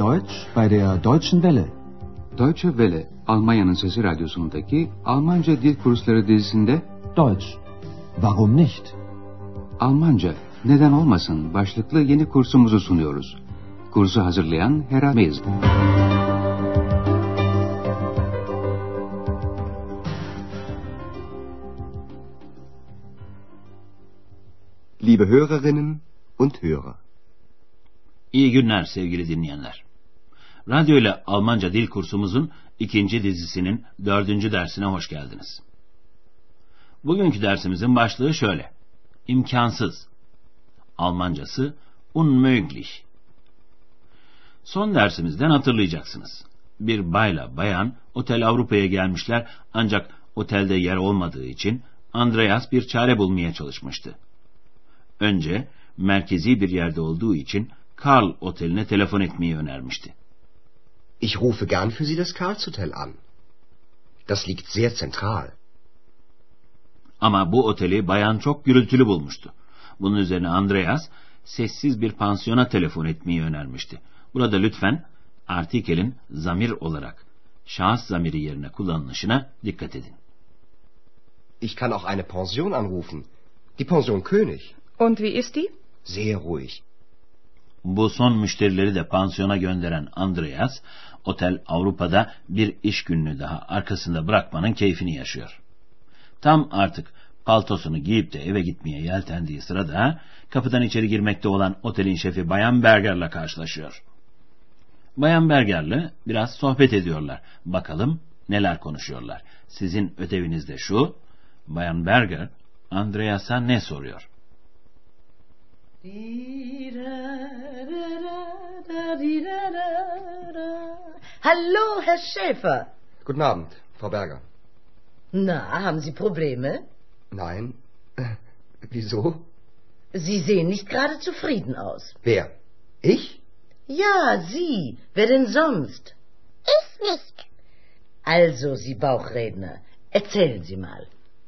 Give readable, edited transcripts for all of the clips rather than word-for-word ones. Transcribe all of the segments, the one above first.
Deutsch bei der Deutschen Welle. Deutsche Welle, Almanya'nın Sesi Radyosu'ndaki Almanca Dil Kursları dizisinde Deutsch. Warum nicht? Almanca, neden olmasın başlıklı yeni kursumuzu sunuyoruz. Kursu hazırlayan Hera Mez. Liebe Hörerinnen und Hörer. İyi günler sevgili dinleyenler. Radyo ile Almanca dil kursumuzun 2. dizisinin 4. dersine hoş geldiniz. Bugünkü dersimizin başlığı şöyle. İmkansız. Almancası unmöglich. Son dersimizden hatırlayacaksınız. Bir bayla bayan Otel Avrupa'ya gelmişler ancak otelde yer olmadığı için Andreas bir çare bulmaya çalışmıştı. Önce merkezi bir yerde olduğu için Karl Oteline telefon etmeyi önermişti. Ich rufe gern für Sie das Karlshotel an. Das liegt sehr zentral. Ama bu oteli bayan çok gürültülü bulmuştu. Bunun üzerine Andreas sessiz bir pansiyona telefon etmeyi önermişti. Burada lütfen artikelin zamir olarak şahıs zamiri yerine kullanılışına dikkat edin. Ich kann auch eine Pension anrufen. Die Pension König. Und wie ist die? Sehr ruhig. Bu son müşterileri de pansiyona gönderen Andreas, Otel Avrupa'da bir iş gününü daha arkasında bırakmanın keyfini yaşıyor. Tam artık paltosunu giyip de eve gitmeye yeltendiği sırada kapıdan içeri girmekte olan otelin şefi Bayan Berger'la karşılaşıyor. Bayan Berger'le biraz sohbet ediyorlar. Bakalım neler konuşuyorlar. Sizin ödeviniz de şu. Bayan Berger, Andreas'a ne soruyor? Hallo, Herr Schäfer. Guten Abend, Frau Berger. Na, haben Sie Probleme? Nein. Wieso? Sie sehen nicht gerade zufrieden aus. Wer? Ich? Ja, Sie. Wer denn sonst? Ich nicht. Also, Sie Bauchredner, erzählen Sie mal.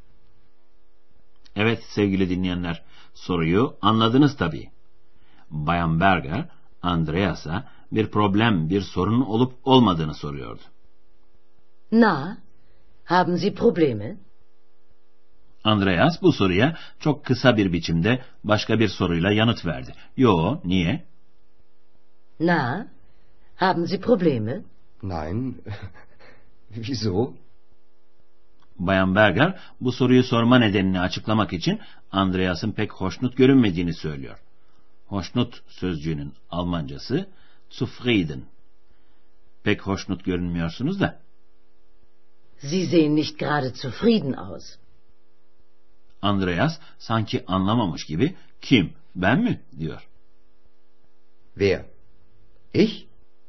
Evet sevgili dinleyenler, soruyu anladınız tabii. Bayan Berger, Andreas'a bir problem, bir sorun olup olmadığını soruyordu. Na, haben Sie Probleme? Andreas bu soruya çok kısa bir biçimde başka bir soruyla yanıt verdi. Yo, niye? Na, haben Sie Probleme? Nein. Wieso? Bayan Berger bu soruyu sorma nedenini açıklamak için Andreas'ın pek hoşnut görünmediğini söylüyor. Hoşnut sözcüğünün Almancası zufrieden. Pek hoşnut görünmüyorsunuz da. Sie sehen nicht gerade zufrieden aus. Andreas sanki anlamamış gibi kim, ben mi diyor. Wer? Ich?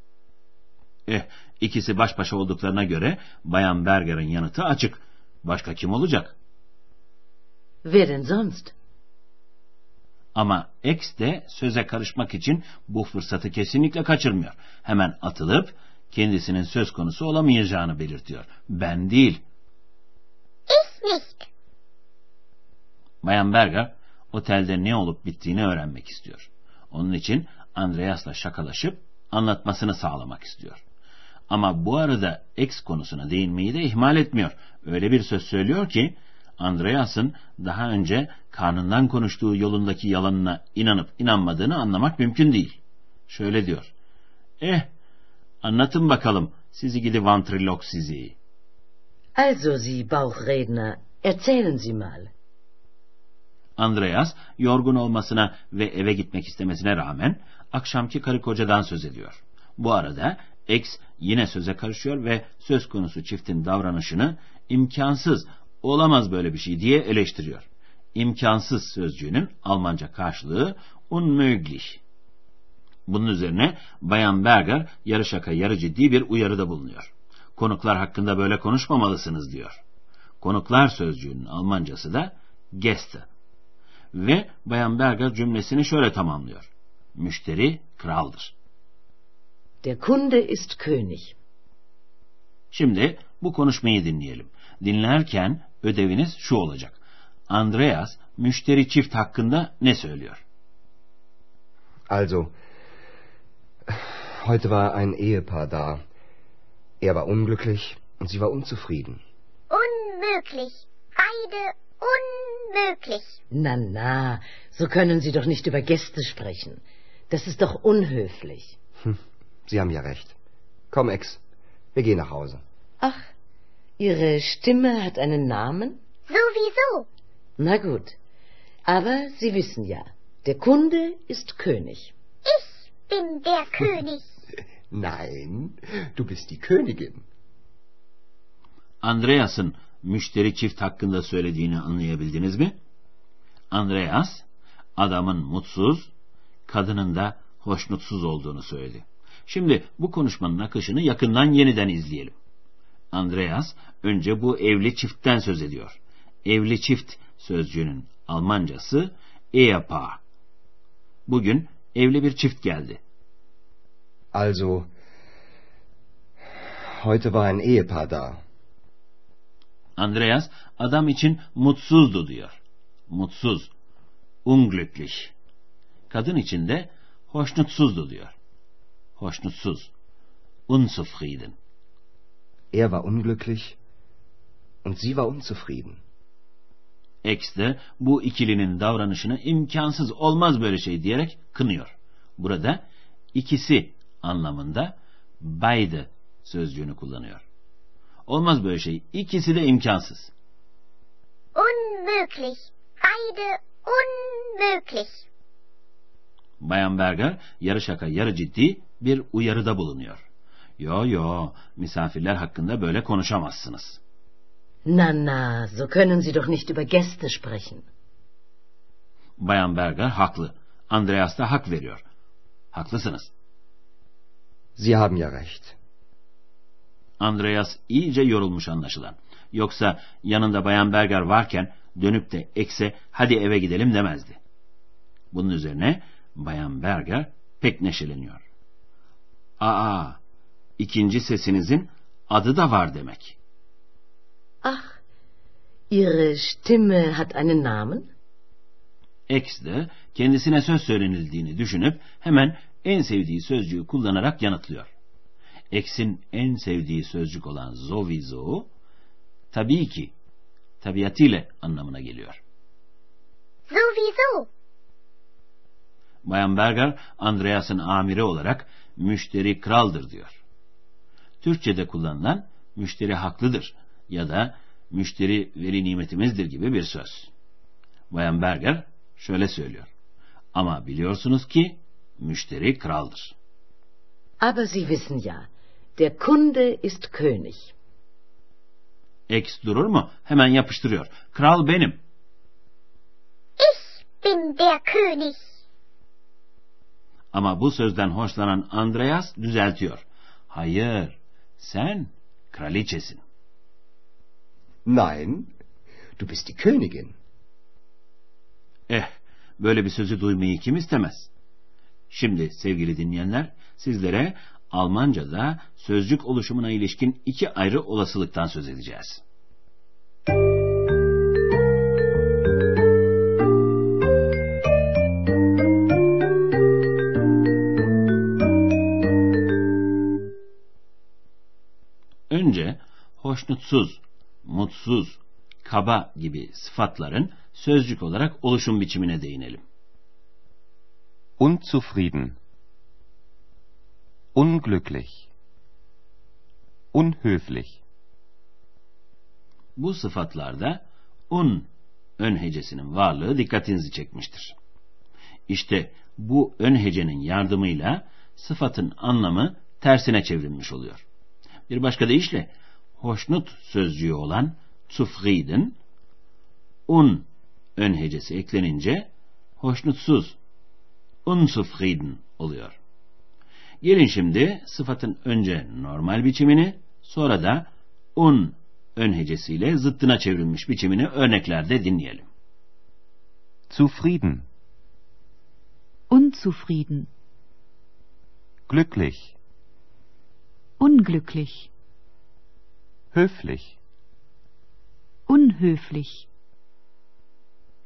İkisi baş başa olduklarına göre Bayan Berger'in yanıtı açık. Başka kim olacak? Wer denn sonst? Ama X de söze karışmak için bu fırsatı kesinlikle kaçırmıyor. Hemen atılıp kendisinin söz konusu olamayacağını belirtiyor. Ben değil. Ich nicht. Bayan Berger otelde ne olup bittiğini öğrenmek istiyor. Onun için Andreas'la şakalaşıp anlatmasını sağlamak istiyor. Ama bu arada X konusuna değinmeyi de ihmal etmiyor. Öyle bir söz söylüyor ki Andreas'ın daha önce karnından konuştuğu yolundaki yalanına inanıp inanmadığını anlamak mümkün değil. Şöyle diyor. Anlatın bakalım sizi gidi vantrilok sizi. Also, Sie Bauchredner, erzählen Sie mal. Andreas yorgun olmasına ve eve gitmek istemesine rağmen akşamki karı kocadan söz ediyor. Bu arada X yine söze karışıyor ve söz konusu çiftin davranışını imkansız, olamaz böyle bir şey diye eleştiriyor. İmkansız sözcüğünün Almanca karşılığı unmöglich. Bunun üzerine Bayan Berger yarı şaka yarı ciddi bir uyarıda bulunuyor. Konuklar hakkında böyle konuşmamalısınız diyor. Konuklar sözcüğünün Almancası da Gäste. Ve Bayan Berger cümlesini şöyle tamamlıyor. Müşteri kraldır. Der Kunde ist König. Şimdi bu konuşmayı dinleyelim. Dinlerken ödeviniz şu olacak. Andreas müşteri çift hakkında ne söylüyor? Also, Heute war ein Ehepaar da. Er war unglücklich und sie war unzufrieden. Unmöglich. Beide unmöglich. Na, so können Sie doch nicht über Gäste sprechen. Das ist doch unhöflich. Sie haben ja recht. Komm, Ex, wir gehen nach Hause. Ach, Ihre Stimme hat einen Namen? Sowieso. Na gut, aber Sie wissen ja, der Kunde ist König. Ich bin der König. Nein, du bist die Königin. Andreas'ın müşteri çift hakkında söylediğini anlayabildiniz mi? Andreas, adamın mutsuz, kadının da hoşnutsuz olduğunu söyledi. Şimdi bu konuşmanın akışını yakından yeniden izleyelim. Andreas önce bu evli çiftten söz ediyor. Evli çift sözcüğünün Almancası Ehepaar. Bugün evli bir çift geldi. Also, heute war ein Ehepaar da. Andreas adam için mutsuzdu diyor. Mutsuz, unglücklich. Kadın için de hoşnutsuzdu diyor. Hoşnutsuz, unzufrieden. Er war unglücklich und sie war unzufrieden. X de bu ikilinin davranışını imkansız, olmaz böyle şey diyerek kınıyor. Burada ikisi anlamında beide sözcüğünü kullanıyor. Olmaz böyle şey, ikisi de imkansız. Unmöglich. Beide unmöglich. Bayan Berger yarı şaka yarı ciddi bir uyarıda bulunuyor. Yo, misafirler hakkında böyle konuşamazsınız. Na, so können Sie doch nicht über Gäste sprechen. Bayan Berger haklı. Andreas da hak veriyor. Haklısınız. Sie haben ja recht. Andreas iyice yorulmuş anlaşılan. Yoksa yanında Bayan Berger varken dönüp de X'e hadi eve gidelim demezdi. Bunun üzerine Bayan Berger pek neşeleniyor. İkinci sesinizin adı da var demek. Ach, Ihre Stimme hat einen Namen? X de kendisine söz söylenildiğini düşünüp hemen en sevdiği sözcüğü kullanarak yanıtlıyor. X'in en sevdiği sözcük olan sowieso, tabii ki, tabiatıyla anlamına geliyor. Sowieso. Bayan Berger, Andreas'ın amiri olarak müşteri kraldır diyor. Türkçe'de kullanılan müşteri haklıdır ya da müşteri veli nimetimizdir gibi bir söz. Bayan Berger şöyle söylüyor. Ama biliyorsunuz ki müşteri kraldır. Aber Sie wissen ja, der Kunde ist König. X durur mu? Hemen yapıştırıyor. Kral benim. Ich bin der König. Ama bu sözden hoşlanan Andreas düzeltiyor. Hayır, sen kraliçesin. Nein, du bist die Königin. Böyle bir sözü duymayı kim istemez? Şimdi sevgili dinleyenler, sizlere Almanca'da sözcük oluşumuna ilişkin iki ayrı olasılıktan söz edeceğiz. Önce hoşnutsuz, mutsuz, kaba gibi sıfatların sözcük olarak oluşum biçimine değinelim. Unzufrieden, unglücklich, unhöflich. Bu sıfatlarda ön hecesinin varlığı dikkatinizi çekmiştir. İşte bu ön hecenin yardımıyla sıfatın anlamı tersine çevrilmiş oluyor. Bir başka deyişle hoşnut sözcüğü olan zufrieden, ön hecesi eklenince hoşnutsuz, unzufrieden oluyor. Gelin şimdi sıfatın önce normal biçimini, sonra da ön hecesiyle zıttına çevrilmiş biçimini örneklerde dinleyelim. Zufrieden, Unzufrieden, glücklich, unglücklich, höflich. unhöflich.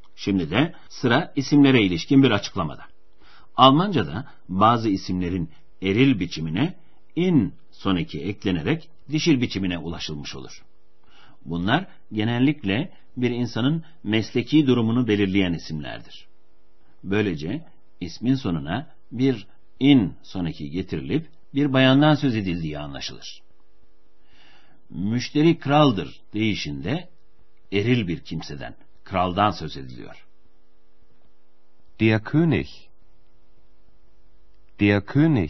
Şimdi de sıra isimlere ilişkin bir açıklamada. Almanca'da bazı isimlerin eril biçimine in son eki eklenerek dişil biçimine ulaşılmış olur. Bunlar genellikle bir insanın mesleki durumunu belirleyen isimlerdir. Böylece ismin sonuna bir in son eki getirilip bir bayandan söz edildiği anlaşılır. Müşteri kraldır deyişinde eril bir kimseden, kraldan söz ediliyor. Der König. Der König.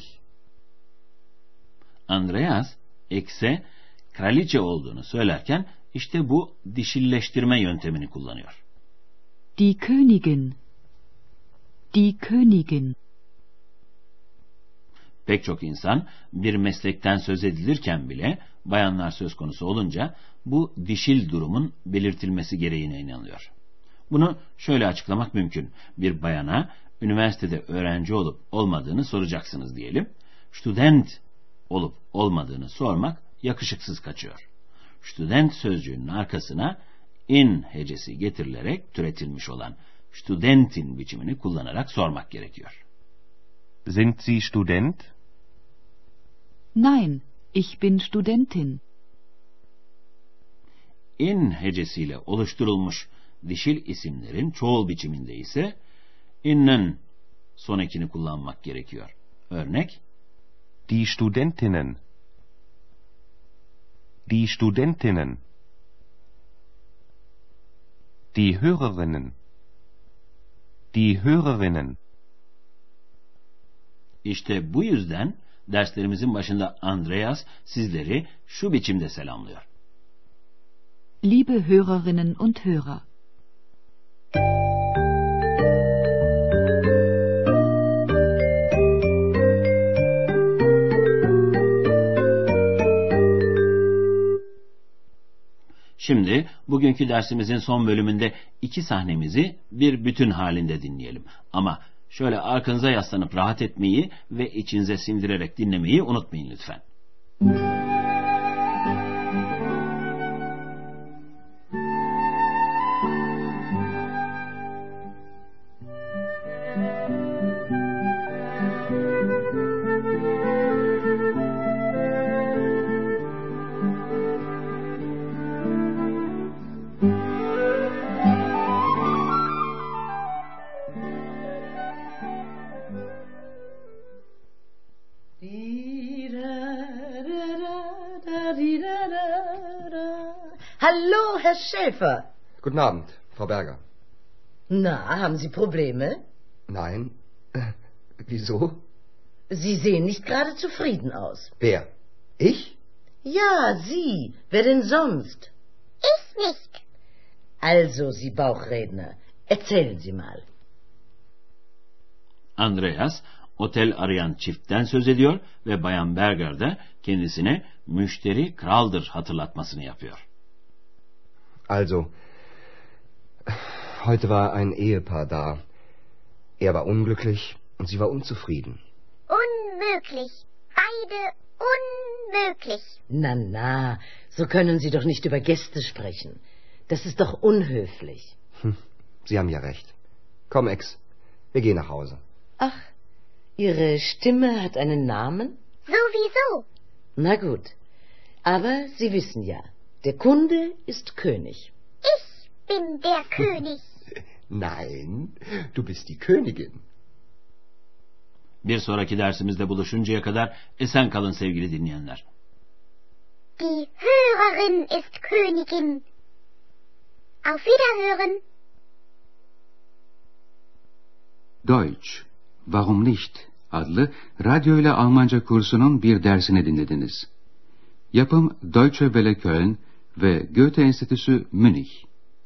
Andreas, X'e kraliçe olduğunu söylerken işte bu dişilleştirme yöntemini kullanıyor. Die Königin. Die Königin. Pek çok insan bir meslekten söz edilirken bile bayanlar söz konusu olunca bu dişil durumun belirtilmesi gereğine inanıyor. Bunu şöyle açıklamak mümkün. Bir bayana üniversitede öğrenci olup olmadığını soracaksınız diyelim. Student olup olmadığını sormak yakışıksız kaçıyor. Student sözcüğünün arkasına in hecesi getirilerek türetilmiş olan studentin biçimini kullanarak sormak gerekiyor. Sind Sie Student? Nein, ich bin Studentin. In hecesiyle oluşturulmuş dişil isimlerin çoğul biçiminde ise innen son ekini kullanmak gerekiyor. Örnek: Die Studentinnen. Die Studentinnen. Die Hörerinnen. Die Hörerinnen. İşte bu yüzden derslerimizin başında Andreas sizleri şu biçimde selamlıyor. Liebe Hörerinnen und Hörer. Şimdi bugünkü dersimizin son bölümünde iki sahnemizi bir bütün halinde dinleyelim. Ama şöyle arkanıza yaslanıp rahat etmeyi ve içinize sindirerek dinlemeyi unutmayın lütfen. Hallo, Herr Schäfer. Guten Abend, Frau Berger. Na, haben Sie Probleme? Nein. Wieso? Sie sehen nicht gerade zufrieden aus. Wer? Ich? Ja, Sie. Wer denn sonst? Ich nicht. Also, Sie Bauchredner, erzählen Sie mal. Andreas, otel arayan çiftten söz ediyor ve Bayan Berger de kendisine müşteri kraldır hatırlatmasını yapıyor. Also, heute war ein Ehepaar da. Er war unglücklich und sie war unzufrieden. Unmöglich. Beide unmöglich. Na, so können Sie doch nicht über Gäste sprechen. Das ist doch unhöflich. Sie haben ja recht. Komm, Ex, wir gehen nach Hause. Ach, Ihre Stimme hat einen Namen? Sowieso. Na gut, aber Sie wissen ja, der Kunde ist König. Ich bin der König. Nein, du bist die Königin. Bir sonraki dersimizde buluşuncaya kadar esen kalın sevgili dinleyenler. Die Hörerin ist Königin. Auf Wiederhören. Deutsch, Warum nicht? Adlı radyo ile Almanca kursunun bir dersini dinlediniz. Yapım Deutsche Welle Köln ve Goethe Enstitüsü Münih.